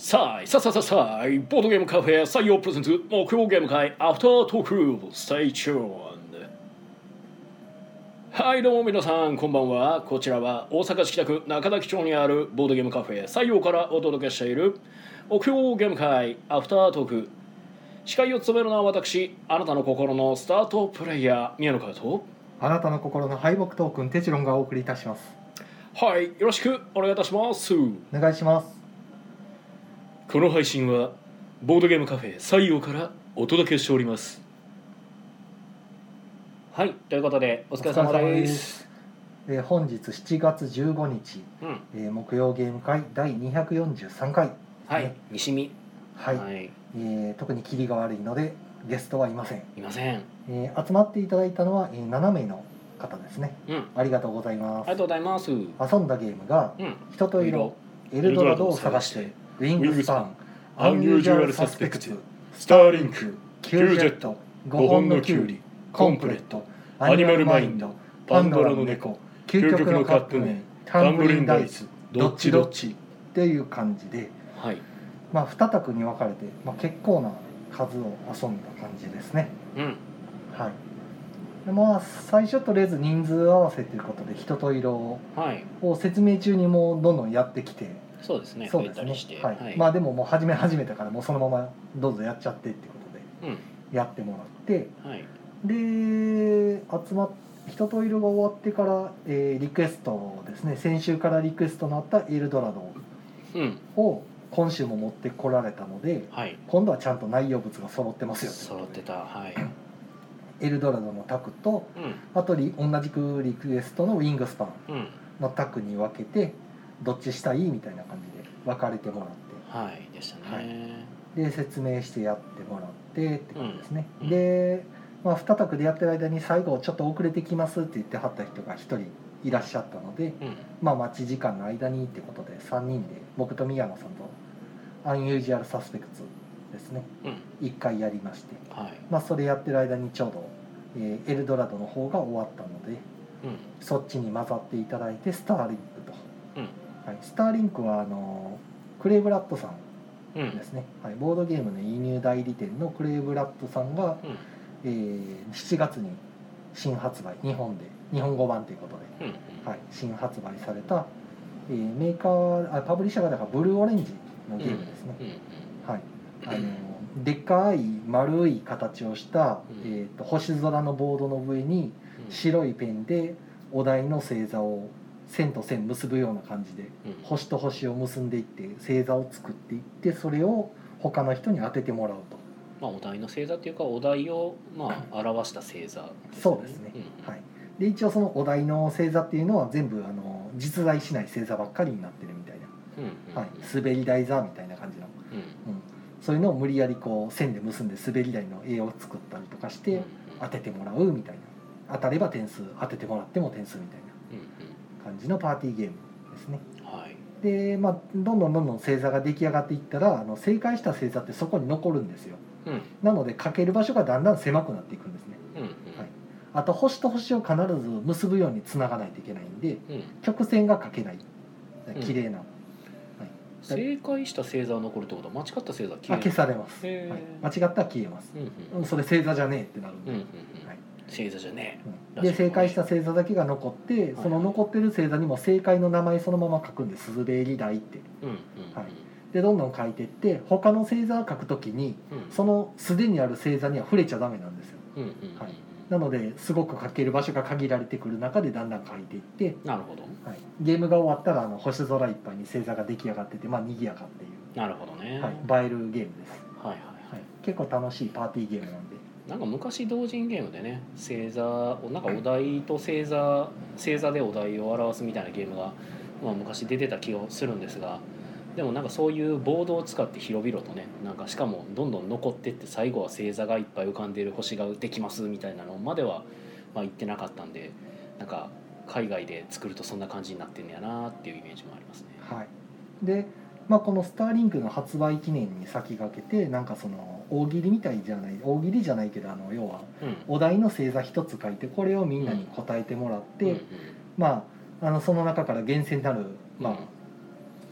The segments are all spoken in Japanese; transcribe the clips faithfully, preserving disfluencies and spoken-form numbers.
さあさあさあさあボードゲームカフェ採用プレゼンツ木曜ゲーム会アフタートークステイチューン。はいどうも皆さんこんばんは。こちらは大阪市北区中崎町にあるボードゲームカフェ採用からお届けしている木曜ゲーム会アフタートーク。司会を務めるのは私、あなたの心のスタートプレイヤー宮野佳代と、 あなたの心の敗北トークンテチロンがお送りいたします。 はい、よろしくお願いいたします。 お願いします。 この配信はボードゲームカフェ採用からお届けしております。はい、ということでお疲れ様です。 えー、本日しちがつじゅうごにち、 うんえー、木曜ゲーム会だいにひゃくよんじゅうさんかい、ね、 はい、西見、 はい、はい、えー、特にキリが悪いのでゲストはいません。 いません。 えー、集まっていただいたのは、えー、ななめいの方ですね、 うん、 ありがとうございます。 ありがとうございます。 遊んだゲームが、 うん、 人と色、エルドラドを探して、ウィングスパン、 アンユージュアルサスペクツ、スターリンク、キュージェット、ごほんのキュウリ、コンプレット、アニマルマインド、パンドラの猫、究極のカップ麺、タンブリンダイス、どっちどっちっていう感じで、 はい、 まあに択に分かれて、まあ、結構な数を遊んだ感じですね。 うん、 はい。でまあ最初とりあえず人数合わせということで人と色を説明中にもうどんどんやってきて、 そうですね、 そうですね、 増えたりして、 はいはい、 まあでももう始め始めたからもうそのままどうぞやっちゃってっていうことでやってもらって、 うん、はい、 で集まっ人と色が終わってから、えー、リクエストですね、先週からリクエストのあったエルドラドを今週も持ってこられたので、 はい、 今度はちゃんと内容物が揃ってますよって揃ってた、はい、 エルドラドのタクと、 うん、 あとリ同じくリクエストのウィングスパンのタクに分けてどっちしたいみたいな感じで分かれてもらって、 はいでしたね、はい、 で説明してやってもらってって感じですね、 うん、 で、まあ、に択でやってる間に最後ちょっと遅れてきますって言ってはった人がひとりいらっしゃったので、 うん、 まあ待ち時間の間にってことでさんにんで僕と宮野さんとアンユージュアルサスペクツですね、うん、いっかいやりまして、はい、まあ、それやってる間にちょうど、えー、エルドラドの方が終わったので、うん、そっちに混ざっていただいてスターリンクと、うん、はい、スターリンクはあのクレイブラッドさんですね、うん、はい、ボードゲームの輸入代理店のクレイブラッドさんが、うん、えー、しちがつに新発売、日本で日本語版ということで、うん、はい、新発売された、えー、メーカーあパブリッシャーがだからブルーオレンジのゲームですね、うんうん、はい、あのでっかい丸い形をした、うん、えー、と星空のボードの上に白いペンでお題の星座を線と線結ぶような感じで、うん、星と星を結んでいって星座を作っていってそれを他の人に当ててもらうと、 まあ、お題の星座っていうかお題をまあ表した星座ですね。 そうですね、うん、はい、で一応そのお題の星座っていうのは全部あの実在しない星座ばっかりになってるみたいな、うんうんうん、はい、滑り台座みたいな感じの、うんうん、そういうのを無理やりこう線で結んで滑り台の絵を作ったりとかして当ててもらうみたいな、当たれば点数、当ててもらっても点数みたいな感じのパーティーゲームですね、はい、で、まあ、どんどんどんどん星座が出来上がっていったらあの正解した星座ってそこに残るんですよ、うん、なのでかける場所がだんだん狭くなっていくんですね、うんうん、はい、あと星と星を必ず結ぶようにつながないといけないんで、うん、曲線が書けない綺麗な、うん、 正解した星座は残るってことは間違った星座は消え消されます、はい、間違ったら消えます、うんうん、それ星座じゃねえってなるんで、うんうんうん、はい、 星座じゃねえ、 うん、で正解した星座だけが残って、はいはい、その残ってる星座にも正解の名前そのまま書くんです、滑り台って、うんうんうん、はい、でどんどん書いていって他の星座を書くときに、うん、そのすでにある星座には触れちゃダメなんですよ、うんうんうん、はい、なのですごく書ける場所が限られてくる中でだんだん書いていって、 なるほど、 はい、ゲームが終わったらあの星空いっぱいに星座が出来上がってて、まあ賑やかっていう、 なるほどね、 はい、映えるゲームです、 はいはいはい、 結構楽しいパーティーゲームなんで、 なんか昔同人ゲームでね星座をなんかお題と星座星座でお題を表すみたいなゲームが、まあ、昔出てた気がするんですが、でもなんかそういうボードを使って広々とね、なんかしかもどんどん残ってって最後は星座がいっぱい浮かんでいる星ができますみたいなのまではまあ言ってなかったんで、なんか海外で作るとそんな感じになってんやなっていうイメージもありますね。 はい、で、まあ、このスターリンクの発売記念に先駆けてなんかその大喜利みたいじゃない大喜利じゃないけどあの要はお題の星座一つ書いてこれをみんなに答えてもらって、うんうんうん、まああのその中から厳選なるまあ、うん、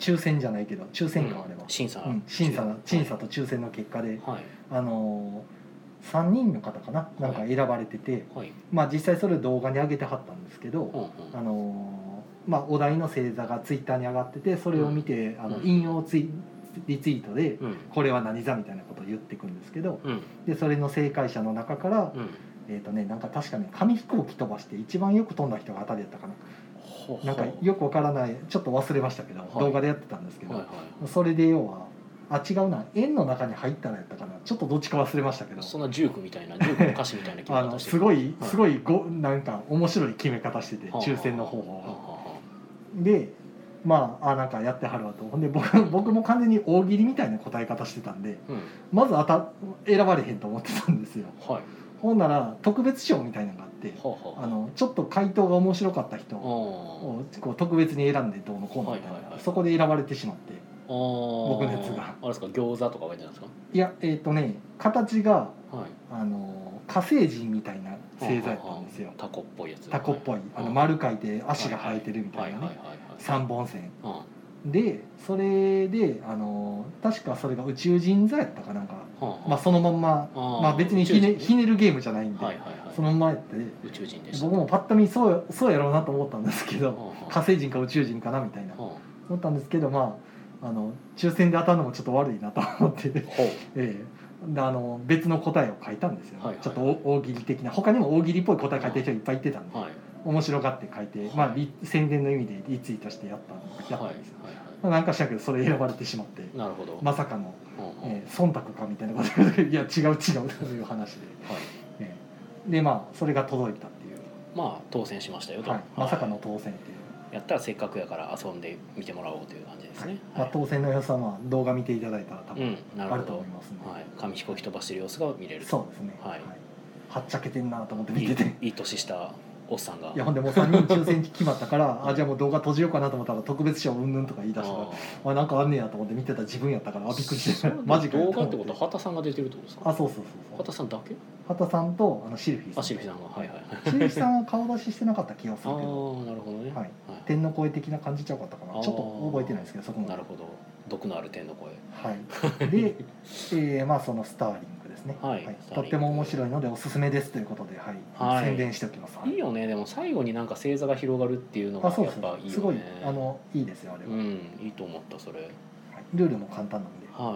抽選じゃないけど抽選かあれば、 うん、審査、 うん、審査審査と抽選の結果で、 はい、 あのさんにんの方かななんか選ばれてて、 はい、 まあ実際それを動画に上げてはったんですけど、 うんうん、 あのまあお題の星座がツイッターに上がっててそれを見て、うん、あの引用ツイリツイートで、うん、これは何座みたいなことを言っていくんですけど、うん、でそれの正解者の中から、うん、えーとね、なんか確かに紙飛行機飛ばして一番よく飛んだ人が当たりやったかな、ほうなんかよくわからないちょっと忘れましたけど、はい、動画でやってたんですけど、はいはい、それで要はあ違うな円の中に入ったらやったかなちょっとどっちか忘れましたけどそんなジュークみたいなジュークの歌詞みたいな決め方してるすごいすごいごなんか面白い決め方してて、はい、抽選の方法がでまああなんかやってはるわとほんで 僕, 僕も完全に大喜利みたいな答え方してたんで、うん、まずあた選ばれへんと思ってたんですよ、はい、ほんなら特別賞みたいなのがあって、はあはあ、あのちょっと回答が面白かった人をこう特別に選んでどうのこうのみたいな、はいはいはい、そこで選ばれてしまって僕のやつがあれですか餃子とか書いてあるんですかいやえっ、ー、とね形が、はい、あの火星人みたいな星座やったんですよ、はあはあ、 タコっぽいやつタコっぽい、はい、あの丸書いて足が生えてるみたいなねさんぼん線、はあ、でそれであの確かそれが宇宙人座やったかなんか、はあまあ、そのまんまあ、まあ、別にひ ね, ひねるゲームじゃないんで、はいはいはい、そのままやって宇宙人でした僕もパッと見そうそうやろうなと思ったんですけど、はあはあ、火星人か宇宙人かなみたいな、はあ、思ったんですけどまああの抽選で当たるのもちょっと悪いなと思ってて、ええ、であの別の答えを書いたんですよ、ねはいはい、ちょっと大喜利的な他にも大喜利っぽい答え書いてる人いっぱいいてたんで、はい、面白がって書いて、はいまあ、宣伝の意味でリツイートしてやったやったんですよ、はいはいはいまあ、なんかしらけどそれ選ばれてしまってなるほどまさかの、うんうんえー、忖度かみたいなことでいや違う違うという話で、はいえー、でまあそれが届いたっていうまあ当選しましたよと、 はい、まさかの当選っていうやったらせっかくやから遊んで見てもらおうという感じですね、はいまあ、当選の良さは動画見ていただいたら多分あると思いますね、 うん、はい、紙飛行機飛ばしてる様子が見れるそうですね、はいはい、はっちゃけてんなと思って見てていい年したおっさんがいやほんでもうさんにん抽選決まったからあじゃあもう動画閉じようかなと思ったら特別賞うんぬんとか言い出したからあなんかあんねやと思って見てた自分やったからあびっくりしてマジか動画ってことは畑さんが出てるってことですかあそうそうそうそう畑さんだけ畑さんとあのシルフィーさんあシルフィーさんがはいはいシルフィーさんは顔出ししてなかった気がするけどああなるほどね、 はいはい、天の声的な感じちゃうかったかなちょっと覚えてないですけどそこもなるほど毒のある天の声はいで、えー、まあそのスターリングですね、はいはい、とっても面白いのでおすすめですということで、はいはい、宣伝しておきます、 はい、いいよねでも最後になんか星座が広がるっていうのがやっぱいいよねすごいあのいいですよあれは、 うん、いいと思ったそれ、はい、 ルールも簡単なんで、 はい、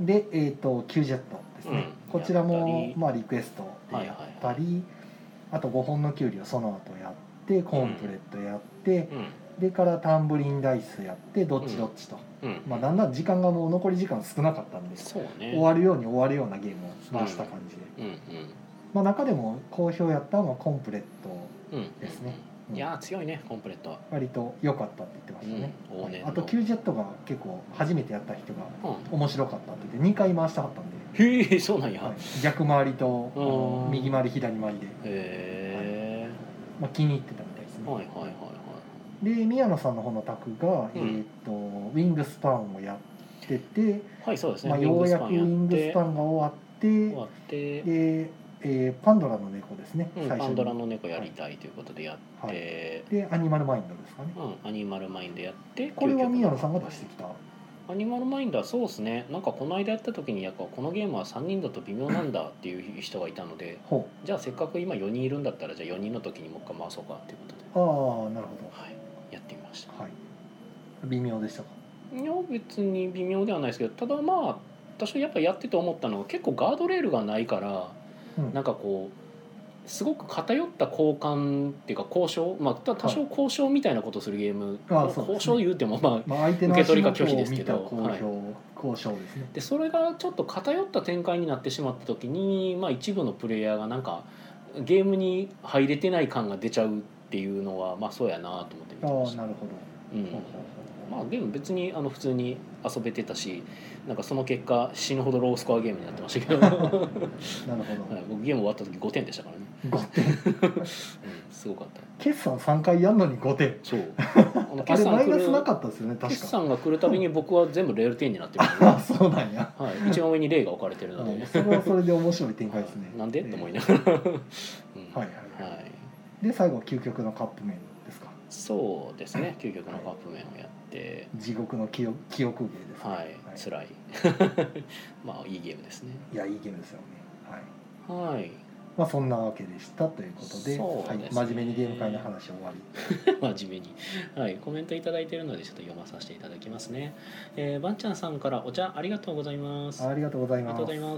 で、えーと、キュージェットですね、うん、こちらも、まあ、リクエストでやったり、はいはいはい、あとごほんのキュウリをその後やってコンプレットやって、うんうんでからタンブリンダイスやってどっちどっちと、うんうんまあ、だんだん時間がもう残り時間少なかったんでそう、ね、終わるように終わるようなゲームを回した感じで、うんうんうんまあ、中でも好評やったのはコンプレットですね、 うんうん、いや強いねコンプレットは割と良かったって言ってましたね、うんはい、あとキュージェットが結構初めてやった人が面白かったって言ってにかい回したかったんでへえそうなんや、はい、 逆回りとあの右回り左回りでへえ、 はいまあ、気に入ってたみたいですねはいはいはいで宮野さんの方の卓が、うん、えー、とウィングスパンをやってて、 はいそうですねまあ、ようやくウィングスパンが終わって終わってで、えー、パンドラの猫ですね、 うん、最初にパンドラの猫やりたいということでやって、はいはい、 でアニマルマインドですかね、 うん、アニマルマインドやってこれは宮野さんが出してきたアニマルマインドはそうですねなんかこの間やった時にやっぱこのゲームはさんにんだと微妙なんだっていう人がいたのでじゃあせっかく今よにんいるんだったらじゃあよにんの時にもう一回回そうかっていうことでああなるほど、 はい、やってみました、 はい、微妙でしたかいや別に微妙ではないですけどただまあ私やっぱやってて思ったのは結構ガードレールがないから、うん、なんかこうすごく偏った交換っていうか交渉、まあ、多少交渉みたいなことをするゲーム、はい、交渉言うても、まあまあ、受け取りか拒否ですけど交渉、はい、交渉ですねでそれがちょっと偏った展開になってしまった時に、まあ、一部のプレイヤーがなんかゲームに入れてない感が出ちゃうっていうのはまあそうやなと思って見てました。 ああなるほど、 うんまあ、ゲーム別にあの普通に遊べてたしなんかその結果死ぬほどロースコアゲームになってましたけどなるほど、はい、僕ゲーム終わった時ごてんでしたからねごてん、うん、 すごかった決算さんかいやんのにごてんそうあの決算あれマイナスなかったですよね確か決算が来るたびに僕は全部レールじゅうになってるあそうなんや、 はい、一番上に例が置かれてるのでそれはそれで面白い展開ですねなんで、えー、と思いながら、うん、はいはいはい、はい、で最後究極のカップ麺ですかそうですね、究極のカップ麺をやって、 地獄の記憶記憶芸ですね。 はい、はい、辛いまあいいゲームですね。 いやいいゲームですよね。 はい、はい、 まあそんなわけでしたということで、 そうですね、 はい、真面目にゲーム会の話終わり真面目に、はい、コメントいただいているのでちょっと読まさせていただきますね。えー、ばんちゃんさんからお茶ありがとうございます。 ありがとうございます。 ありがとうございます。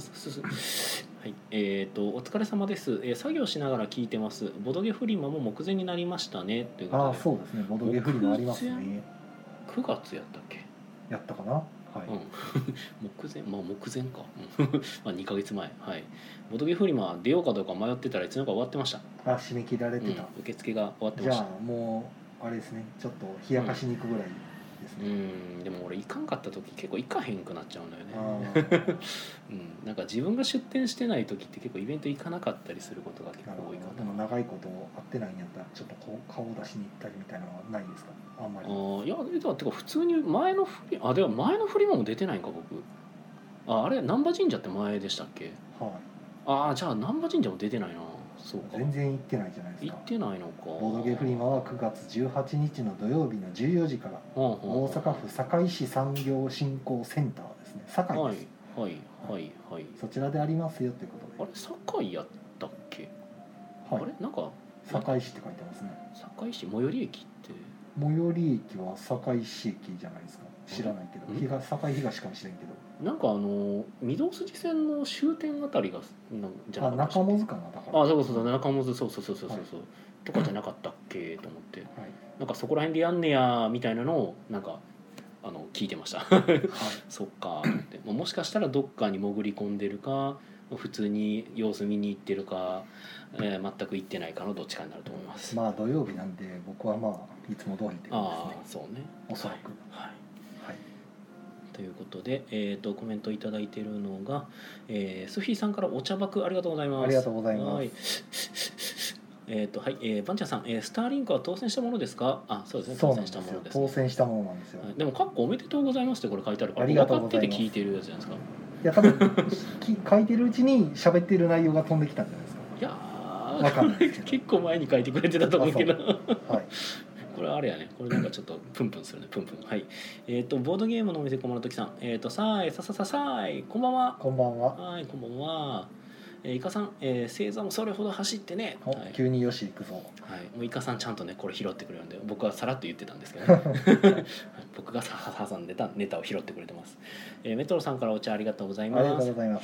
はい、えっ、ー、とお疲れ様です、えー。作業しながら聞いてます。ボドゲフリマも目前になりましたねということで。 あ、そうですね。ボドゲフリマありますね。 くがつやったっけ？ やったかな。はい。 うん、目前、まあ目前か。まあにかげつまえ、はい。ボドゲフリマ出ようかどうか迷ってたらいつの間にか終わってました。 あ、締め切られてた。 うん、受付が終わってました。 じゃあもうあれですね。ちょっと冷やかしに行くぐらいですね。 うん、うんでも俺行かんかった時結構行かへんくなっちゃうんだよね。うん、なんか自分が出店してない時って結構イベント行かなかったりすることが結構多いかな。 でも長いこと会ってないんやったらちょっとこう顔出しに行ったりみたいなのはないですか？あんまり。 あいやだってか普通に前のフリあでは前のフリマも出てないんか僕。ああれ難波神社って前でしたっけ？はい。ああじゃあ難波神社も出てないな。そうか。 全然行ってないじゃないですか。 行ってないのか。 ボードゲフリマはくがつじゅうはちにちの土曜日のじゅうよじから、大阪府堺市産業振興センターですね。堺です。 はいはいはいはい。 そちらでありますよということで。 あれ堺やったっけ？はい。あれなんか堺市って書いてますね。 堺市最寄り駅って最寄り駅は堺市駅じゃないですか。知らないけど、東堺東かもしれんけど。 なんかあの御堂筋線の終点あたりがなんじゃなかったっけ？ あ、中本かなだから。 あ、そうそうそう中本そうそうそうそうそう、はい、とかじゃなかったっけと思って、はい、なんかそこら辺でやんねやみたいなのをなんかあの聞いてました。はい、そっかって、まあ、もしかしたらどっかに潜り込んでるか普通に様子見に行ってるか、えー、全く行ってないかのどっちかになると思います。 まあ土曜日なんで僕はまあいつも通りって感じですね。ああそうね。 おそらく。 はい。はいということで、えー、とコメントいただいているのが、えー、スフィーさんからお茶爆ありがとうございます。 ありがとうございます。 はいえっ、ー、とはいえー、バンチャーさん、えー、スターリンクは当選したものですか？あ、そうですね。当選したものです、ね。 当選したものなんですよ。 はい、でもカッコおめでとうございますってこれ書いてあるから、 ありがとうございます。 分かってて聞いてるやつじゃないですか。 いや多分書いてるうちに喋ってる内容が飛んできたんじゃないですか。いやー、わかんないですけど結構前に書いてくれてたと思うけど。はい。これはあれやね。これなんかちょっとプンプンするね。プンプン。はい。えっ、ー、とボードゲームのお店こまのときさん。えっ、ー、とさーいささささーいこんばんは。 こんばんは。 はい、こんばんは。えー、イカさん、えー、星座もそれほど走ってね。 はい、急によし行くぞ。 はい。もうイカさんちゃんとねこれ拾ってくれるんで、僕はさらっと言ってたんですけど、ね、僕が挟んでたネタを拾ってくれてます。えー、メトロさんからお茶ありがとうございます。 ありがとうございます。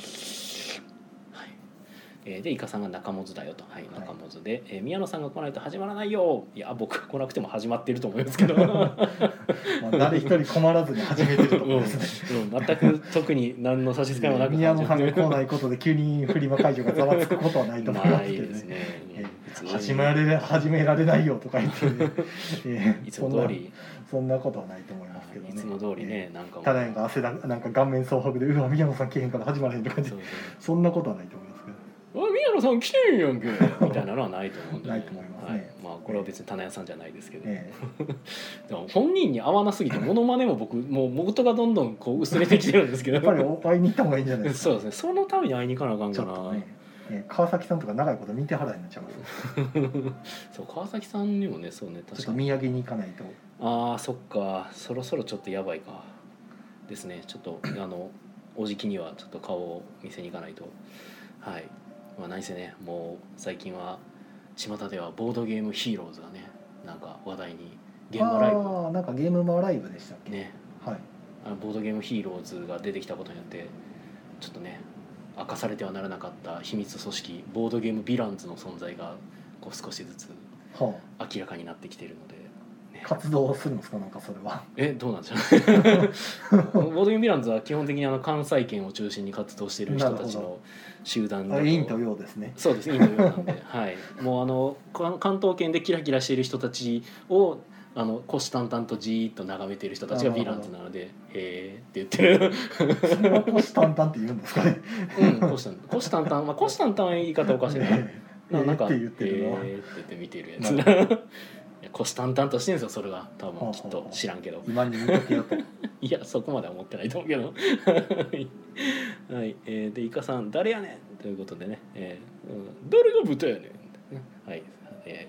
でイカさんが中本だよと、はい、中本で、はいえー、宮野さんが来ないと始まらないよ。いや僕が来なくても始まってると思いますけどまあ誰一人困らずに始めてると思うんですね、 うんうん、全く特に何の差し支えもなく宮野さんが来ないことで急にフリマ会場がざわつくことはないと思いますけどねですね、えー、始められ始められないよとか言って、ねえー、いつも通りそんなことはないと思いますけどね。 いつも通りね、えー、なんかただなんか汗だなんか顔面蒼白でうわ宮野さん来へんから始まらへんとかそうそうそんなことはないと思いますけど。 あ宮野さん来てんやんけみたいなのはないと思うんで、 ね、ないと思いますね、はい、 まあこれは別に棚屋さんじゃないですけど、ええ、でも本人に合わなすぎてモノマネも僕もう元がどんどんこう薄れてきてるんですけどやっぱり会いに行った方がいいんじゃないですか、 ね、そうですねそのために会いに行かなあかんかな、ねえー、川崎さんとか長いこと見てはらへんなっちゃいますそう川崎さんにもねそうね確かにちょっと土産に行かないと。 ああそっかそろそろちょっとやばいかですねちょっとあのおじきにはちょっと顔を見せに行かないとはいまあ何せねもう最近は巷ではボードゲームヒーローズがねなんか話題にゲームライブああなんかゲームマライブでしたっけねはいあのボードゲームヒーローズが出てきたことによってちょっとね明かされてはならなかった秘密組織ボードゲームヴィランズの存在がこう少しずつ明らかになってきているので、 ね、活動するんですかなんかそれはえどうなんでしょうボードゲームヴィランズは基本的にあの関西圏を中心に活動している人たちの集団だと陰と陽ですねそうです陰と陽なんで、はい、もうあの関東圏でキラキラしている人たちをあの虎視眈々とじーっと眺めている人たちがヴィランズなので「へえ」って言ってるそれは虎視眈々って言うんですかねうん虎視眈々まあ虎視眈々は言い方おかしいな、ね、なんか「へえ」って言って見てるやつ虎視眈々としてるんですよそれが多分きっと知らんけど今に見とけよといやそこまでは思ってないと思うけどはい、えー、でイカさん誰やねんということでね、えーうん、誰が豚やねんはい、えー、もう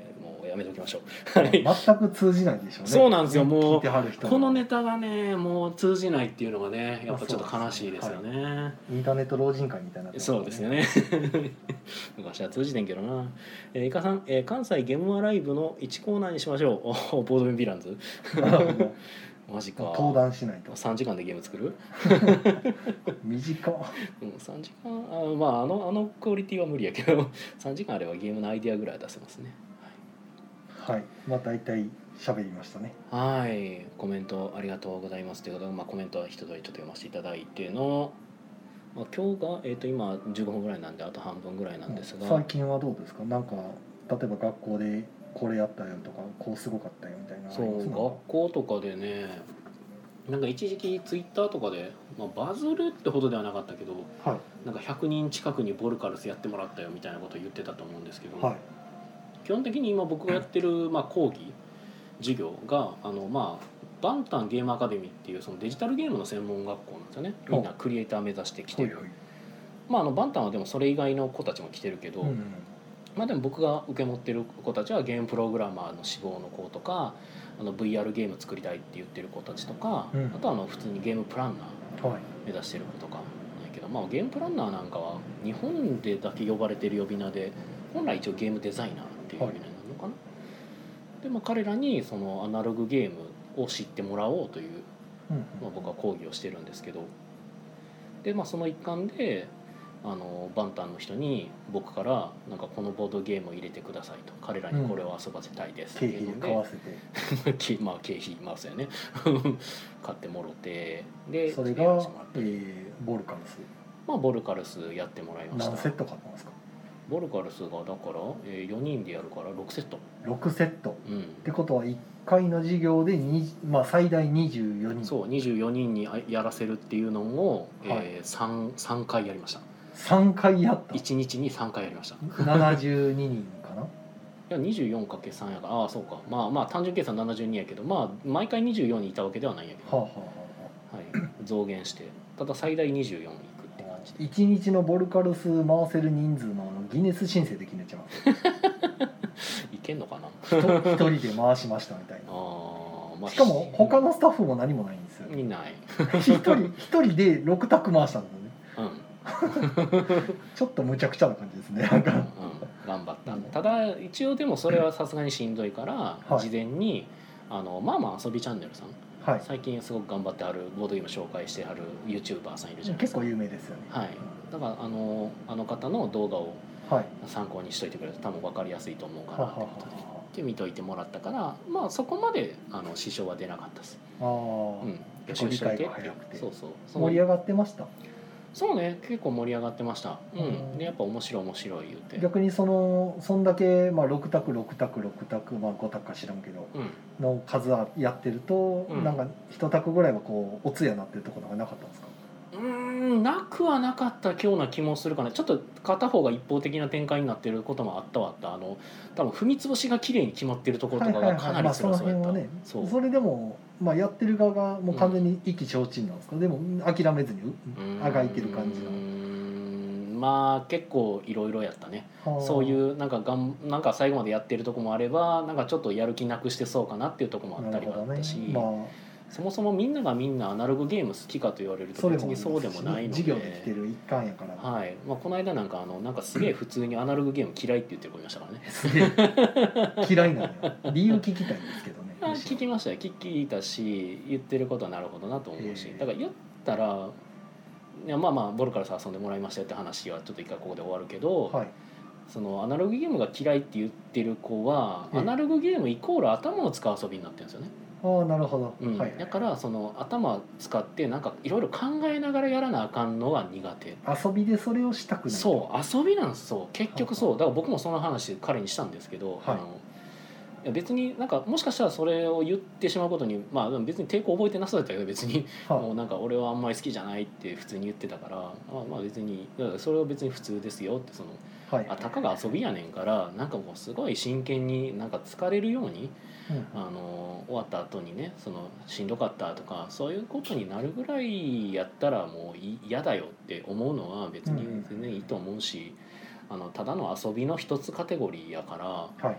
やめておきましょう全く通じないでしょうね。 そうなんですよ。もうここのネタがねもう通じないっていうのがねやっぱちょっと悲しいですよね、はい、 インターネット老人会みたいな、 ね、そうですよね昔は通じてんけどな。えー、イカさん、えー、関西ゲームアライブのいちコーナーにしましょうボードゲームヴィランズマジか。 登壇しないとさんじかんでゲーム作る短っ、 うん、さんじかんあ、まあ、あのあのクオリティは無理やけどさんじかんあればゲームのアイデアぐらいは出せますね。 はい、はい、まあ大体喋りましたね。 はい、コメントありがとうございますということで、まあ、コメントは一通りちょっと読ませていただいての、まあ、今日が、えー、と今じゅうごふんぐらいなんであと半分ぐらいなんですが、 最近はどうですか。なんか例えば学校でこれやったよとかこうすごかったよみたいな。 そう学校とかでねなんか一時期ツイッターとかで、まあ、バズるってほどではなかったけど、はい、なんかひゃくにん近くにボルカルスやってもらったよみたいなことを言ってたと思うんですけど、はい、基本的に今僕がやってる、まあ、講義授業があの、まあ、バンタンゲームアカデミーっていうそのデジタルゲームの専門学校なんですよね。みんなクリエイター目指してきてる、はいはい、まあ、あのバンタンはでもそれ以外の子たちも来てるけど、うん、まあ、でも僕が受け持ってる子たちはゲームプログラマーの志望の子とかあの ブイアール ゲーム作りたいって言ってる子たちとか、うん、あとはあの普通にゲームプランナー目指してる子とかなんやけど、まあ、ゲームプランナーなんかは日本でだけ呼ばれてる呼び名で本来一応ゲームデザイナーっていう呼び名になるのかな、はい、でも彼らにそのアナログゲームを知ってもらおうという、うん、まあ、僕は講義をしてるんですけど、で、まあ、その一環であのバンタンの人に僕からなんかこのボードゲームを入れてくださいと、彼らにこれを遊ばせたいですっていうので、 経費買わせてまあ経費回すよね買ってもろて、でそれが、えー、ボルカルス、 まあボルカルスやってもらいました。 何セット買ったんですか。 ボルカルスがだから、えー、よにんでやるからろくセット。 ろくセット、うん、ってことはいっかいの授業でに、まあ、最大にじゅうよにん。 そうにじゅうよにんにやらせるっていうのを、はい、えー、3, 3回やりました。 さんかいやった。 いちにちにさんかいやりました。 ななじゅうににんかな。いや にじゅうよんかけるさん やから、ああそうか、まあまあ単純計算ななじゅうにやけど、まあ毎回にじゅうよんにんいたわけではないんやけど、はあはあはあ、はい、増減してただ最大にじゅうよんいくって感じで、 いちにちのボルカルス回せる人数のギネス申請できんねちゃういけんのかな一人で回しましたみたいな。あ、まあ、しかも他のスタッフも何もないんですよ。 いない一人一人でろく択回したんだよね。うんちょっと無茶苦茶な感じですね。なんか、うん、 頑張った。ただ一応でもそれはさすがにしんどいから、はい、事前にあのまあまあ遊びチャンネルさん、はい、最近すごく頑張ってあるボードゲーム紹介してはる YouTuber さんいるじゃないですか。 結構有名ですよね。 はい。だからあのあの方の動画を参考にしといてくれると多分分かりやすいと思うかなってことで。で見といてもらったからまあそこまであの支障は出なかったです。ああ、うん。 結構理解が早くて。 そうそう。 盛り上がってました。 そうね、結構盛り上がってました。うん。でやっぱ面白い面白い言うて。 逆にそのそんだけまあろく択ろく択ろく択まあご択か知らんけど、うん、の数やってると、うん、なんかいち択ぐらいはこうおつやなってるところがなかったんですか。 うーん、なくはなかったような気もするかな。ちょっと片方が一方的な展開になってることもあったわった。あの多分踏み潰しが綺麗に決まってるところとかがかなり辛そうやった。そう。それでもまあやってる側がもう完全に意気消沈なんですか。うん、でも諦めずにあがいてる感じの。 まあ結構いろいろやったね。そういうなんかがんなんか最後までやってるとこもあれば、なんかちょっとやる気なくしてそうかなっていうとこもあったりもあったし、ね、まあ、そもそもみんながみんなアナログゲーム好きかと言われると別にそうでもないので、 授業で来てる一環やから、 はい、まあ、この間なんかあのなんかすげえ普通にアナログゲーム嫌いって言ってる子いましたからね。 すげえ嫌いなのよ。理由聞きたいんですけどね。 聞きましたよ。聞いたし言ってることはなるほどなと思うし、だから言ったらいやまあまあボルカルス遊んでもらいましたよって話はちょっと一回ここで終わるけど、はい、そのアナログゲームが嫌いって言ってる子はアナログゲームイコール頭を使う遊びになってるんですよね。 ああ、なるほど、 うん、はい、だからその頭使ってなんかいろいろ考えながらやらなあかんのが苦手。 遊びでそれをしたくない。 そう遊びなんですそう結局そうだから僕もその話彼にしたんですけど、はい、あのいや別になんかもしかしたらそれを言ってしまうことにまあ別に抵抗覚えてなさそうだったけど別に、はあ、もうなんか俺はあんまり好きじゃないって普通に言ってたからあまあ別にそれは別に普通ですよってその、はい、あたかが遊びやねんからなんかもうすごい真剣になんか疲れるように、うん、あの終わった後にねそのしんどかったとかそういうことになるぐらいやったらもう嫌だよって思うのは別に全然いいと思うし、うん、あのただの遊びの一つカテゴリーやから。はい、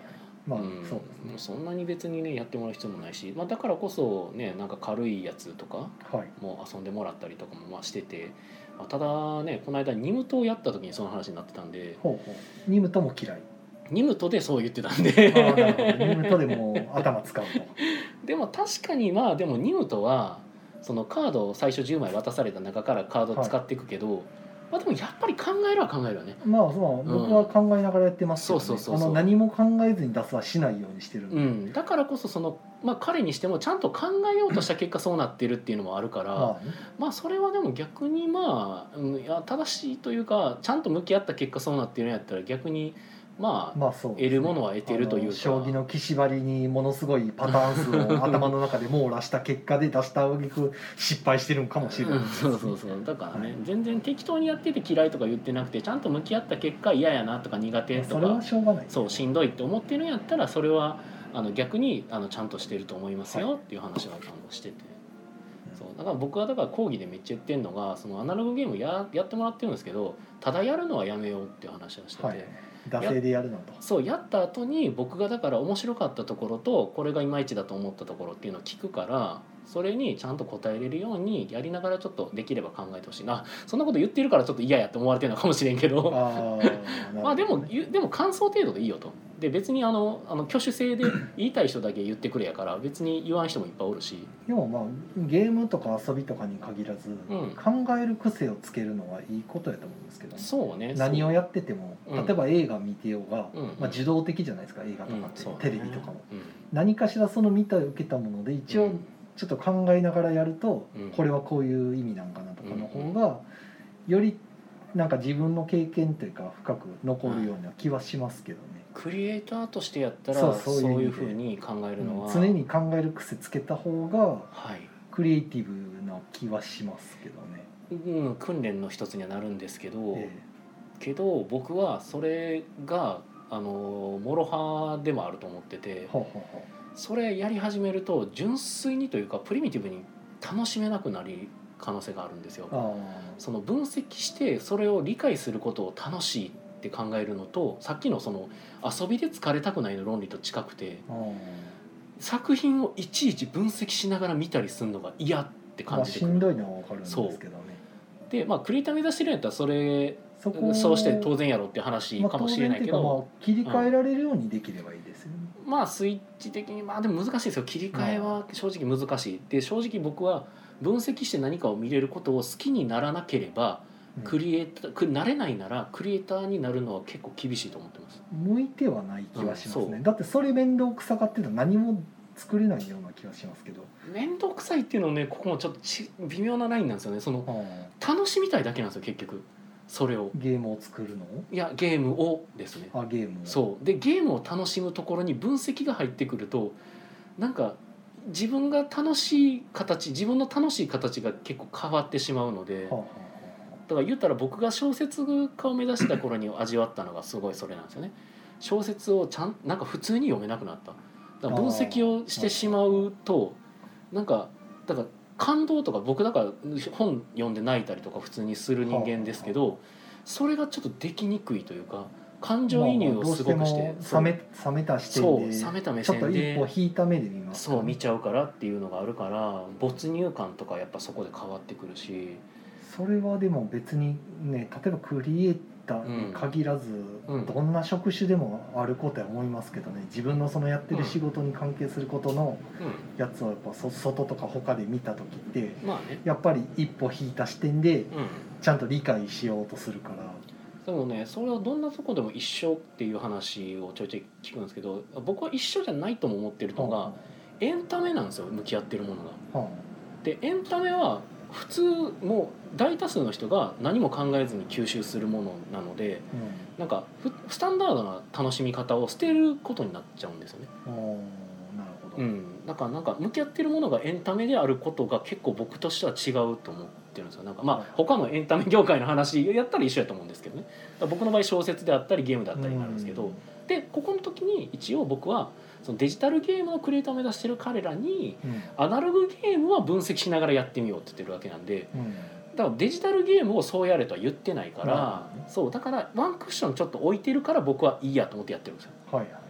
まあ、 うん、 そうですね。 そんなに別にねやってもらう必要もないし、まあ、だからこそねなんか軽いやつとかも遊んでもらったりとかもまあしてて、まあ、ただねこの間ニムトをやった時にその話になってたんで、 ほうほう、ニムトも嫌い。 ニムトでそう言ってたんでああ、なるほど。ニムトでもう頭使うと。 でも確かにまあでもニムトはそのカードを最初じゅうまい渡された中からカードを使っていくけど、はい、まあでもやっぱり考えるは考えるよね。 まあそう、僕は考えながらやってますけどね。 そうそうそうそう、 あの何も考えずに出すはしないようにしてるんで、 うん、だからこそその、まあ、彼にしてもちゃんと考えようとした結果そうなってるっていうのもあるからまあね、 まあそれはでも逆にまあ、うん、いや正しいというかちゃんと向き合った結果そうなってるんやったら逆にまあ、 まあそうですね、 得るものは得てるというか、 将棋の棋士張りにものすごいパターン数を頭の中で網羅した結果で出した挙句失敗してるんかもしれないですね、 うん、そうそうそう、だからね、 はい、 全然適当にやってて嫌いとか言ってなくてちゃんと向き合った結果嫌やなとか苦手とかそれはしょうがない、 そうしんどいって思ってるんやったらそれはあの逆にあのちゃんとしてると思いますよ、はい、っていう話はしてて、そうだから僕はだから講義でめっちゃ言ってるのがそのアナログゲーム や, やってもらってるんですけどただやるのはやめようっていう話をしてて、はい、 惰性でやるのとそうやった後に僕がだから面白かったところとこれがいまいちだと思ったところっていうのを聞くからそれにちゃんと答えれるようにやりながらちょっとできれば考えてほしいな。そんなこと言ってるからちょっと嫌やって思われてるのかもしれんけどあまあでもでも感想程度でいいよと。で別にあのあの挙手制で言いたい人だけ言ってくれやから別に言わん人もいっぱいおるし。 でもまあゲームとか遊びとかに限らず、うん、考える癖をつけるのはいいことやと思うんですけど、ね、 そうね、 何をやってても、例えば映画見てようが、 うんまあ、受動的じゃないですか映画とかって、 うんね、 テレビとかも、 うん、 何かしらその見た受けたもので一応ちょっと考えながらやると、うん、これはこういう意味なんかなとかの方がよりなんか自分の経験というか深く残るような気はしますけどね。 クリエイターとしてやったらそう、そういう、そういうふうに考えるのは、 うん、常に考える癖つけた方がクリエイティブな気はしますけどね、 うん、訓練の一つにはなるんですけど、ええ、けど僕はそれがあの諸刃でもあると思ってて、はははそれやり始めると純粋にというかプリミティブに楽しめなくなる可能性があるんですよ。その分析してそれを理解することを楽しいって考えるのとさっきのその遊びで疲れたくないの論理と近くて、作品をいちいち分析しながら見たりするのが嫌って感じてくる。 まあ、しんどいのは分かるんですけどね。 でまあクリエイター目指してるんやったらそれそこそうして当然やろって話かもしれないけど、まあ、 まあ切り替えられるようにできればいいですよね、 うん、まあスイッチ的にまあでも難しいですよ。切り替えは正直難しいで、正直僕は分析して何かを見れることを好きにならなければクリエイター、うん、なれないならクリエイターになるのは結構厳しいと思ってます。 向いてはない気はしますね、うん、だってそれ面倒くさがってたら何も作れないような気がしますけど、 面倒くさいっていうのはねここもちょっとち微妙なラインなんですよね。その、うん、楽しみたいだけなんですよ結局。それをゲームを作るのいやゲームをですね。 あゲームそうでゲームを楽しむところに分析が入ってくるとなんか自分が楽しい形自分の楽しい形が結構変わってしまうので、はあはあ、だから言ったら僕が小説家を目指した頃に味わったのがすごいそれなんですよね。小説をちゃんなんか普通に読めなくなった。だから分析をしてしまうとなんかだから感動とか僕だから本読んで泣いたりとか普通にする人間ですけど、それがちょっとできにくいというか感情移入をすごくして、 まあ、冷め冷めた視点でそう冷めた目線でちょっと一歩引いた目で見ます、 ね、そう見ちゃうからっていうのがあるから没入感とかやっぱそこで変わってくるし、 それはでも別にね例えばクリエイターに限らず、うん、どんな職種でもあることは思いますけどね。自分のそのやってる仕事に関係することのやつをやっぱ外とか他で見た時って、まあね、やっぱり一歩引いた視点でちゃんと理解しようとするから、 でもねそれはどんなとこでも一緒っていう話をちょいちょい聞くんですけど、僕は一緒じゃないとも思ってるのが、はあ、エンタメなんですよ向き合ってるものが、はあ、でエンタメは普通もう大多数の人が何も考えずに吸収するものなので、うん、なんかスタンダードな楽しみ方を捨てることになっちゃうんですよね。 あなるほど、 うん、だからなんか向き合ってるものがエンタメであることが結構僕としては違うと思ってるんですよ。なんかまあ他のエンタメ業界の話やったら一緒やと思うんですけどね。だ僕の場合小説であったりゲームであったりになるんですけど、うん、でここの時に一応僕はそのデジタルゲームのクリエイターを目指してる彼らに、うん、アナログゲームは分析しながらやってみようって言ってるわけなんで、うん、だからデジタルゲームをそうやれとは言ってないから、うん、そうだからワンクッションちょっと置いてるから僕はいいやと思ってやってるんですよ。 はいはい、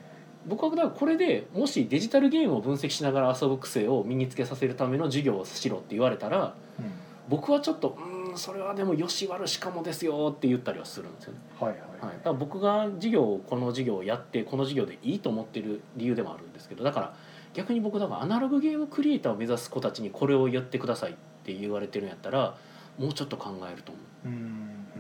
僕はだからこれでもしデジタルゲームを分析しながら遊ぶ癖を身につけさせるための授業をしろって言われたら、うん、僕はちょっとうんそれはでもよし悪しかもですよって言ったりはするんですよね。はいはいはい、だから僕が授業をこの授業をやってこの授業でいいと思ってる理由でもあるんですけど、だから逆に僕だからアナログゲームクリエイターを目指す子たちにこれをやってくださいって言われてるんやったらもうちょっと考えると思う。うん、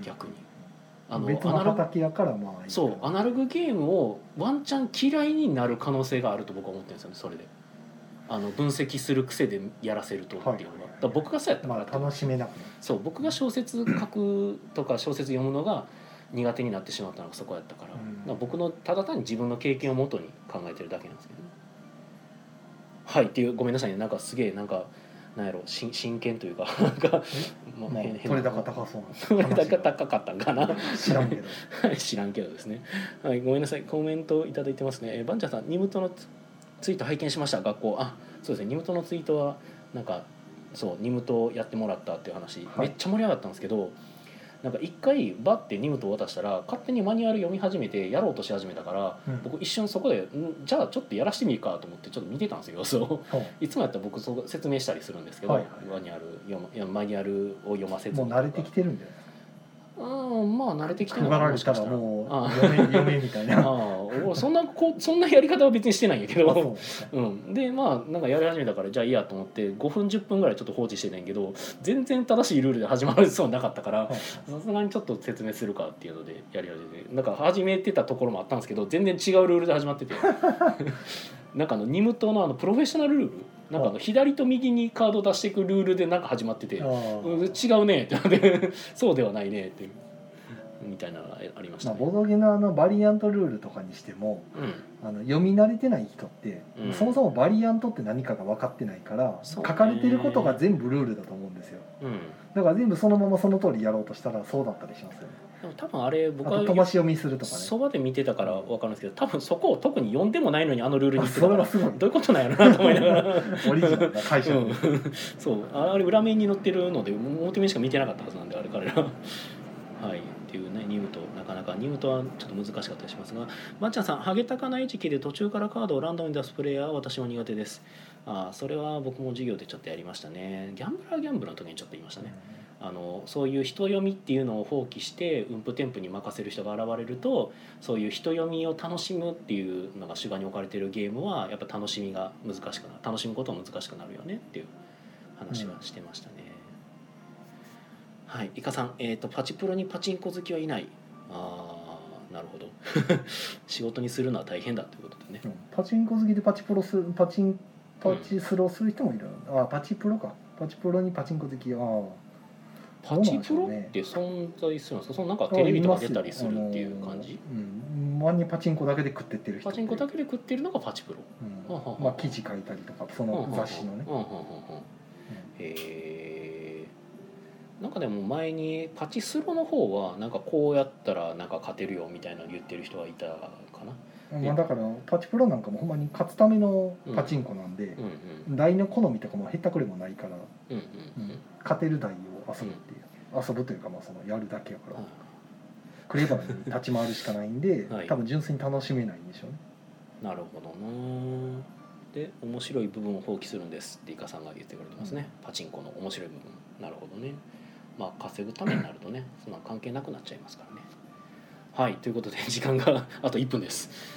逆にあの別の畑やからまあいい。 そうアナログゲームをワンチャン嫌いになる可能性があると僕は思ってるんですよね。それであの分析する癖でやらせるとっていうのは、はいはいはい、だから僕がそうやったから、 まあ、楽しめなくなる。 そう僕が小説書くとか小説読むのが苦手になってしまったのがそこやったから、うん、だから僕のただ単に自分の経験をもとに考えてるだけなんですけどね。はいっていうごめんなさいね、なんかすげえなんかなんやろ真剣というかなんかまあ、まあ、取れ高高そうな取れ高高かったんかな知らんけど知らんけどですね。はい、ごめんなさい、コメントいただいてますね。えバンチャーさん、ニムトのツイート拝見しました。学校あそうですね、ニムトのツイートはなんかそうニムトやってもらったっていう話、はい、めっちゃ盛り上がったんですけど、なんか一回バッてニムトを渡したら勝手にマニュアル読み始めてやろうとし始めたから、うん、僕一瞬そこでんじゃあちょっとやらしてみるかと思ってちょっと見てたんですよ。そういつもやったら僕そう説明したりするんですけど、はいはい、マニュアル読まマニュアルを読ませずもう慣れてきてるんじゃないですか。 うんまあ慣れてきてるのかな。配られたらもう読め読めみたいな。 ああそんなこそんなやり方は別にしてないんやけど、うん、でまあなんかやり始めたからじゃあいいやと思ってごふんじゅっぷんぐらいちょっと放置してたんやけど全然正しいルールで始まるそうなかったからさすがにちょっと説明するかっていうのでやり始めてなんか始めてたところもあったんですけど全然違うルールで始まっててなんかあのニムトのあのプロフェッショナルルールなんかあの左と右にカードを出していくルールでなんか始まってて違うねってなってそうではないねっていうみたいなのがありましたね。 まあ、ボドゲのあのバリアントルールとかにしても、うん、あの読み慣れてない人って、うん、そもそもバリアントって何かが分かってないから、ね、書かれてることが全部ルールだと思うんですよ、うん、だから全部そのままその通りやろうとしたらそうだったりしますよね。 でも多分あれ僕は飛ばし読みするとかねそばで見てたから分かるんですけど多分そこを特に読んでもないのにあのルールに言ってたからどういうことなんやろなと思いながらオリジナルな解釈、うん、 そうあれ裏面に載ってるので表面しか見てなかったはずなんであれ彼らはいっていうねニムトなかなかニムトはちょっと難しかったりしますがばんちゃんさんハゲタカな餌食で途中からカードをランダムに出すプレイヤーは私も苦手です。あそれは僕も授業でちょっとやりましたね。ギャンブラーギャンブルの時にちょっと言いましたね、うん、あのそういう人読みっていうのを放棄して運プテンプに任せる人が現れるとそういう人読みを楽しむっていうのが主眼に置かれているゲームはやっぱ楽しみが難しくなる楽しむことが難しくなるよねっていう話はしてましたね、うん、はい、イカさん、えーと、パチプロにパチンコ好きはいない。あーなるほど仕事にするのは大変だということでね、うん、 パチンコ好きでパチプロするパチンパチスロする人もいる、うん、あパチプロかパチプロにパチンコ好きあパチプロって存在するんですか。そのなんかテレビとか出たりするっていう感じ。 うん、前にパチンコだけで食ってってる人パチンコだけで食ってるのがパチプロ、 うんはははまあ記事書いたりとかその雑誌のね、 へえなんかでも前にパチスロの方はなんかこうやったらなんか勝てるよみたいなの言ってる人がいたかな。 まあ、だからパチプロなんかもほんまに勝つためのパチンコなんで、うんうんうん、台の好みとかもへったくれもないから、うんうんうん、勝てる台を遊ぶっていう、うん、遊ぶというかまあそのやるだけやから、うん、クレバーに立ち回るしかないんで、はい、多分純粋に楽しめないんでしょうね。 なるほどな。で面白い部分を放棄するんですってイカさんが言ってくれてますね、うん、パチンコの面白い部分。なるほどね。まあ稼ぐためになるとねそんな関係なくなっちゃいますからね。はいということで時間があといっぷんです。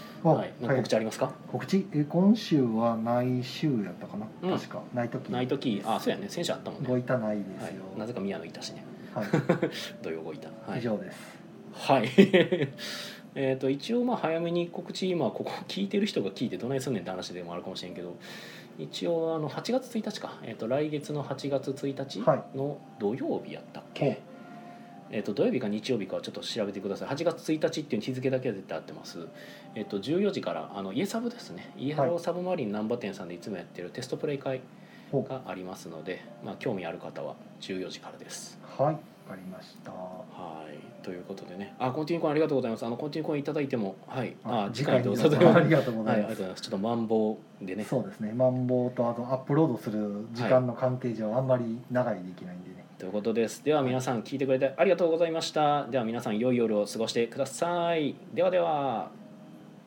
はい、なんか告知ありますか。はい、 告知え今週はない週やったかな、うん、確かない時ない時あそうやね先週あったもんね。 ごいたないですよ、はい、 なぜか宮野いたしね、はい、土曜ごいた、はい、 以上です。 はいえっと一応まあ早めに告知今ここ聞いてる人が聞いてどないすんねんって話でもあるかもしれんけど一応あのはちがつついたちか、えー、と来月のはちがつついたちの土曜日やったっけ、はいえー、と土曜日か日曜日かはちょっと調べてください。はちがつついたちっていう日付だけは絶対合ってます。えっ、ー、とじゅうよじからあの家サブですね。家ハローサブマリン難波店さんでいつもやってるテストプレイ会がありますので、まあ興味ある方はじゅうよじからです。 はい、わかりました。 はいということでね、あコンティニューコインありがとうございます。あのコンティニューコインいただいてもはいあ次回どうぞ。 ありがとうございます。はい、ありがとうございます。ちょっとマンボウでね。 そうですね。マンボウとあとアップロードする時間の関係上、はい、あんまり長いできないんでね。 ということです。では皆さん聞いてくれてありがとうございました。では皆さん良い夜を過ごしてください。ではでは。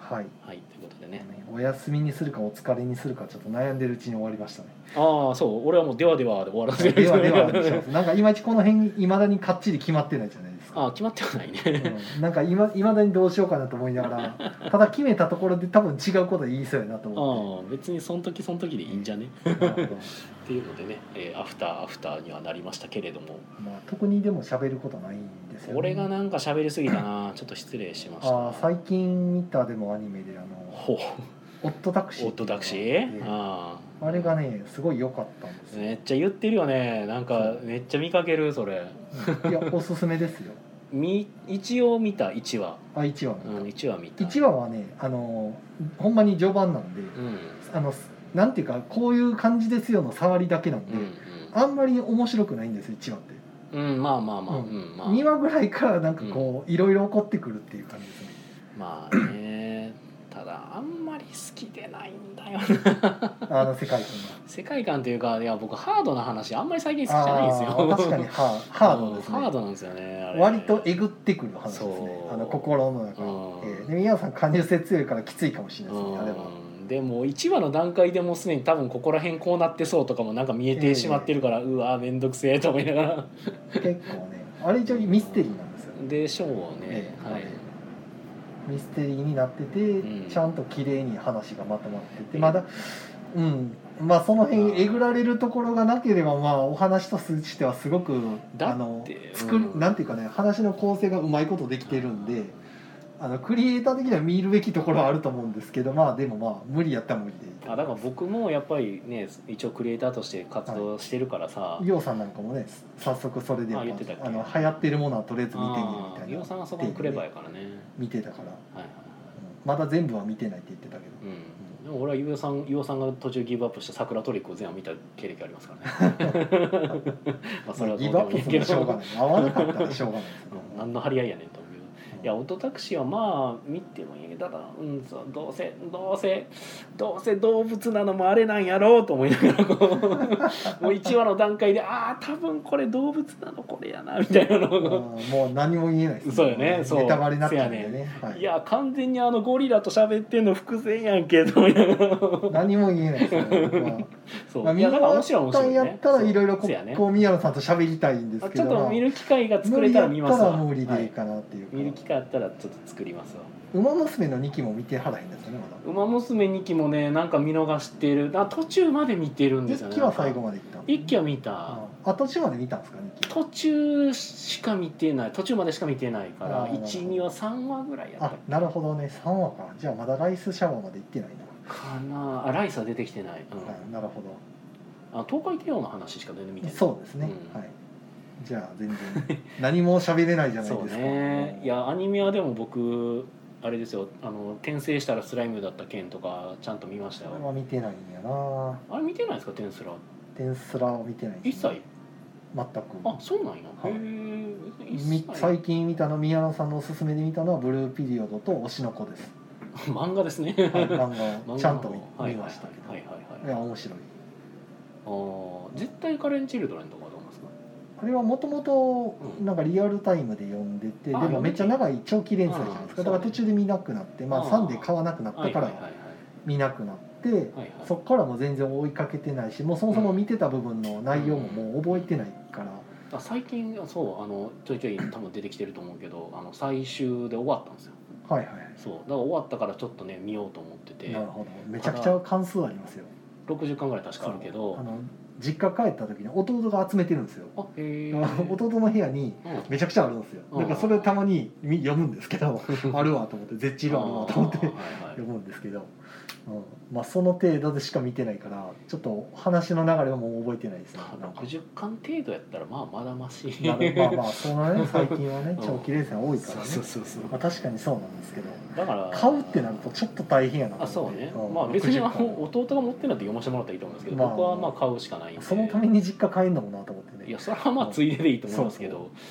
はい、 はい、ということでね、 お休みにするかお疲れにするかちょっと悩んでるうちに終わりましたね。 ああそう俺はもうではではで終わらせるではではなんかいまいちこの辺いまだにかっちり決まってないじゃないですか。 ああ決まってはないね、 うん、なんかいまいまだにどうしようかなと思いながらただ決めたところで多分違うこと言いそうやなと思って、 ああ別にその時その時でいいんじゃねっていうのでね、えー、アフターアフターにはなりましたけれども、 まあ、特にでも喋ることないんですよね。 俺がなんか喋りすぎたなちょっと失礼しました。 あ最近見たでもアニメであのほうオットタクシーオットタクシー、 ああれがねすごい良かったんですよ。 めっちゃ言ってるよね。なんかめっちゃ見かけるそれ。 いやおすすめですよ。 み一応見たいちわ。 あいちわ見た。 うん、いちわ見た。 いちわはねあのほんまに序盤なんで、うん、あのなんていうかこういう感じですよの触りだけなんで、うんうん、あんまり面白くないんですよいちわって。 うん、まあまあまあ、うんうんまあ、 にわぐらいからなんかこういろいろ起こってくるっていう感じですね。 まあねただあんまり好きでないんだよなあの世界観が世界観というかいや僕ハードな話あんまり最近好きじゃないんですよ。 確かにハーハードですね。 ハードなんですよねあれ。 割とえぐってくる話ですね。あの心の中、うんえー、で宮さん感受性強いからきついかもしれないですね、あれは。 でもいちわの段階でもうすでに多分ここら辺こうなってそうとかもなんか見えてしまってるから、えー、うわめんどくせえと思いながら結構ねあれ一応ミステリーなんですよ。 でしょうね、 えー、 はいミステリーになってて、うん、ちゃんと綺麗に話がまとまってて、まだうんまあその辺えぐられるところがなければまあお話としてはすごくあの作る、うん、なんていうかね話の構成がうまいことできてるんであのクリエイター的には見るべきところはあると思うんですけどまあでもまあ無理やったら無理でいい。 あだから僕もやっぱりね一応クリエイターとして活動してるからさ、 はい、イオさんなんかもね早速それでやっぱ あ, あの流行ってるものはとりあえず見てみるみたいな。 イオさんはそこもクレバーやからね見てたから、 はいはい、 まだ全部は見てないって言ってたけど、 うん、でも俺はイオさんイオさんが途中ギブアップした桜トリックを全部見た経歴ありますからねまあそれはギブアップするのしょうがない合わなかったらしょうがないです、ね、 何の張り合いやねんと思うけど、いやオトタクシーはまあ見てもいいだら、うん、そうどうせどうせどうせ動物なのもあれなんやろうと思いながらこうもういちわの段階でああ多分これ動物なのこれやなみたいなのもう何も言えないですね。 そうよねそうネタバレになっちゃうんでね、 はい、 いや完全にあのゴリラと喋ってんの伏線やんけと思いながら何も言えないですねそう、 まあ、見終わったんやったらいろいろこう宮野さんと喋りたいんですけど、 ちょっと見る機会が作れたら見ますわ。 無理でいいかなっていうか、 はい、見る機会あったらちょっと作りますわ。 ウマ娘のにきも見てはらへんですよねまだ。 ウマ娘にきもねなんか見逃してるあ途中まで見てるんですよね。 いっきは最後まで行ったいっきは見た、 ああ途中まで見たんですかにき途中しか見てない途中までしか見てないからいち、にわさんわぐらいやったっけ。 あなるほどねさんわか。じゃあまだライスシャワーまで行ってないなかなあ。ライスは出てきてない、うんはい、なるほど。 あ東海帝王の話しか全然見てない。 そうですね、うん、はい。じゃあ全然何も喋れないじゃないですか。 そうね。いやアニメはでも僕あれですよあの転生したらスライムだった件とかちゃんと見ましたよ。 あれは見てないんやな。 あれ見てないですかテンスラ。 テンスラを見てないです、ね、一切全く。 あそうなんや、はい、 へ最近見たの宮野さんのおすすめで見たのはブルーピリオドと推しの子です漫画ですね、 はい、漫画をちゃんと 見, 見ましたけど、 はいはいはいはい、 いや面白い。 あ絶対カレンチルドレンとかどうですか。 あれはもともとなんかリアルタイムで読んでて、うん、でもめっちゃ長い長期連載じゃないですか。だから途中で見なくなってまあさんで買わなくなったから見なくなって、はいはいはい、そっからも全然追いかけてないしもうそもそも見てた部分の内容ももう覚えてないから、 うん、あ最近そうあのちょいちょい多分出てきてると思うけどあの最終で終わったんですよ。 はいはい。 そうだから終わったからちょっとね見ようと思ってて。 なるほど。めちゃくちゃ関数ありますよ。 ろくじゅっかんぐらい確かあるけどあの実家帰った時に弟が集めてるんですよ。 あへ弟の部屋にめちゃくちゃあるんですよ。だからそれたまに読むんですけどあるわと思って絶地あるわと思って読むんですけど、うん、まあその程度でしか見てないからちょっと話の流れはもう覚えてないですね。 ろくじゅっかん程度やったらまあまだましい。 まあまあそのね最近はね長期連載多いからね。 そうそうそう。 まあ確かにそうなんですけど。 だから買うってなるとちょっと大変やなと思って。 あそうね。まあ別に弟が持ってるんだって読ませてもらったらいいと思うんですけど、僕はまあ買うしかないんで。 そのために実家帰るのもなと思ってね。 いやそれはまあついででいいと思いますけど。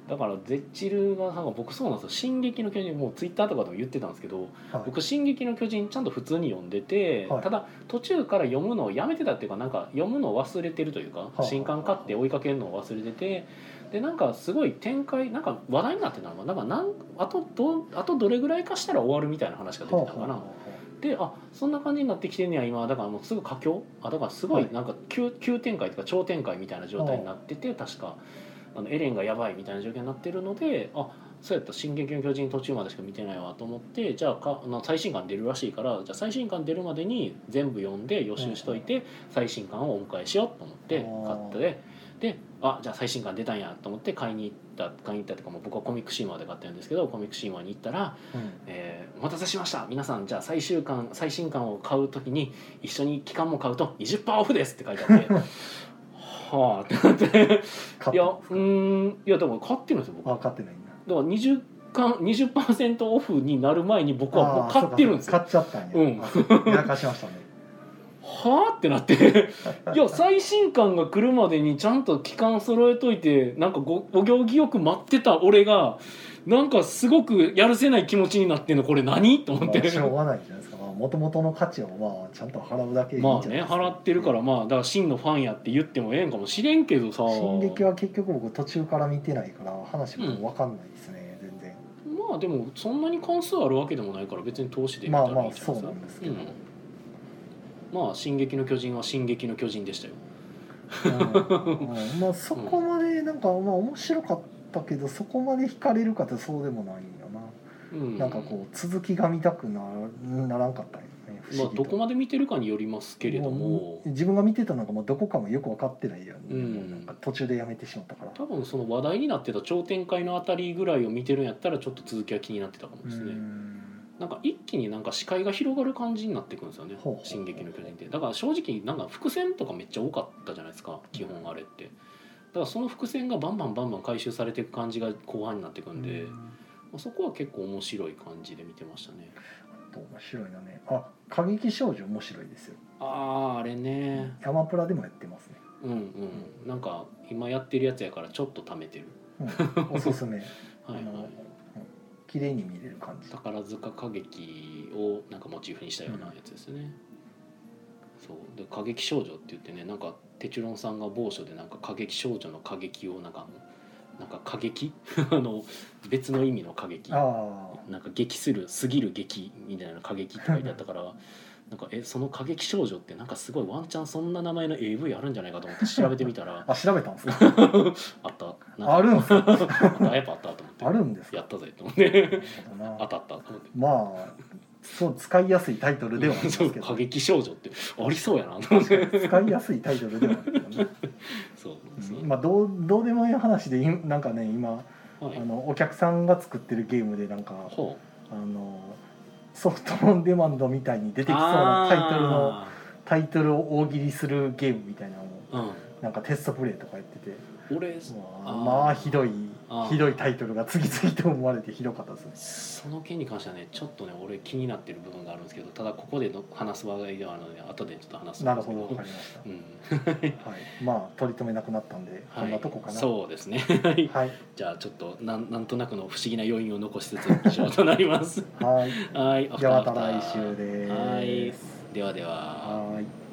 だからゼッチルがなんか僕そうなんですよ。進撃の巨人もうツイッターとかでも言ってたんですけど、はい、僕進撃の巨人ちゃんと普通に読んでて、はい、ただ途中から読むのをやめてたっていうかなんか読むのを忘れてるというか、はい、新刊買って追いかけるのを忘れてて、でなんかすごい展開なんか話題になってたのがなんかなんあとどあとどれぐらいかしたら終わるみたいな話が出てたかな。はあはあ、であそんな感じになってきてんねや今。だからもうすぐ佳境あだからすごいなんか 急,、急展開というか超展開みたいな状態になってて、確かあのエレンがやばいみたいな状況になってるので、あそうやった進撃の巨人途中までしか見てないわと思って、じゃあかあの最新刊出るらしいからじゃあ最新刊出るまでに全部読んで予習しといて最新刊をお迎えしようと思って買ってでであじゃあ最新刊出たんやと思って買いに行った買いに行ったというかもう僕はコミックシーマーで買ってるんですけどコミックシーマーに行ったら、うんえー「お待たせしました皆さんじゃあ最終巻最新刊を買うときに一緒に期間も買うと にじゅっパーセント オフです」って書いてあってはあってなっていやうんいやでも買ってるんですよ僕。 あ買ってないんだ。 だからにじゅっかん にじゅっパーセント オフになる前に僕はもう買ってるんですよ。 買っちゃったんや。うん。やらかしましたね。 はあってなっていや最新刊が来るまでにちゃんと期間揃えといてなんかごお行儀よく待ってた俺がなんかすごくやるせない気持ちになってんのこれ何と思って、 まあ、しょうがないじゃないですか。もともとの価値をまあちゃんと払うだけでいいんじゃないですか。 まあね払ってるからまあだから真のファンやって言ってもええんかもしれんけどさ。 進撃は結局僕途中から見てないから話も分かんないですね、うん、全然。 まあでもそんなに関数あるわけでもないから別に投資で見たらいいんじゃないですか。 まあまあそうなんですけど、うんまあ進撃の巨人は進撃の巨人でしたよ。 うんうん、まあそこまでなんかまあ面白かったけどそこまで惹かれるかってそうでもないよな、うん、なんかこう続きが見たく な, ならんかったよね。 まあどこまで見てるかによりますけれども、 自分が見てたのがもうどこかもよく分かってないよね、うん、なんか途中でやめてしまったから。 多分その話題になってた超展開のあたりぐらいを見てるんやったらちょっと続きは気になってたかもですね。うんなんか一気になんか視界が広がる感じになってくるんですよね。ほうほう進撃の巨人ってだから正直なんか伏線とかめっちゃ多かったじゃないですか基本あれって。だからその伏線がバンバンバンバン回収されていく感じが後半になってくるんで、うん、そこは結構面白い感じで見てましたね。 あと面白いのねあ過激少女面白いですよ。 あああれねヤマプラでもやってますね。 うんうん、うん、なんか今やってるやつやからちょっと貯めてる、 うん、おすすめはいはい綺麗に見れる感じ。 宝塚歌劇をなんかモチーフにしたようなやつですね、うん、そうで歌劇少女って言ってねなんかテチュロンさんが某所でなんか歌劇少女の歌劇をなんかなんか歌劇あの別の意味の歌劇なんか激するすぎる劇みたいな歌劇って書いてあったからなんかえその歌劇少女ってなんかすごいワンチャンそんな名前の エーブイ あるんじゃないかと思って調べてみたらあ調べたんですかあったあるんですかあやっぱあったと思ってあるんですかやったぜと思って当たったと思ってまあそう使いやすいタイトルではありますけど歌劇少女ってありそうやなと思って使いやすいタイトルではあるけどねそうですね、うん、まあどうどうでもいい話でなんかね今、はい、あのお客さんが作ってるゲームでなんかあのソフトオンデマンドみたいに出てきそうなタイトルのタイトルを大喜利するゲームみたいなのを、うん、なんかテストプレイとかやってて俺まあ、まあひどいひどいタイトルが次々と思われてひどかったですね。その件に関してはねちょっとね俺気になってる部分があるんですけどただここでの話す場合ではあるので後でちょっと話すんですけど。 なるほどわかりました、うんはい、まあ取り留めなくなったんで、はい、こんなとこかな。 そうですねはいじゃあちょっとなんなんとなくの不思議な要因を残しつつ以上となりますはいはいじゃあまた来週です。 はいではでははい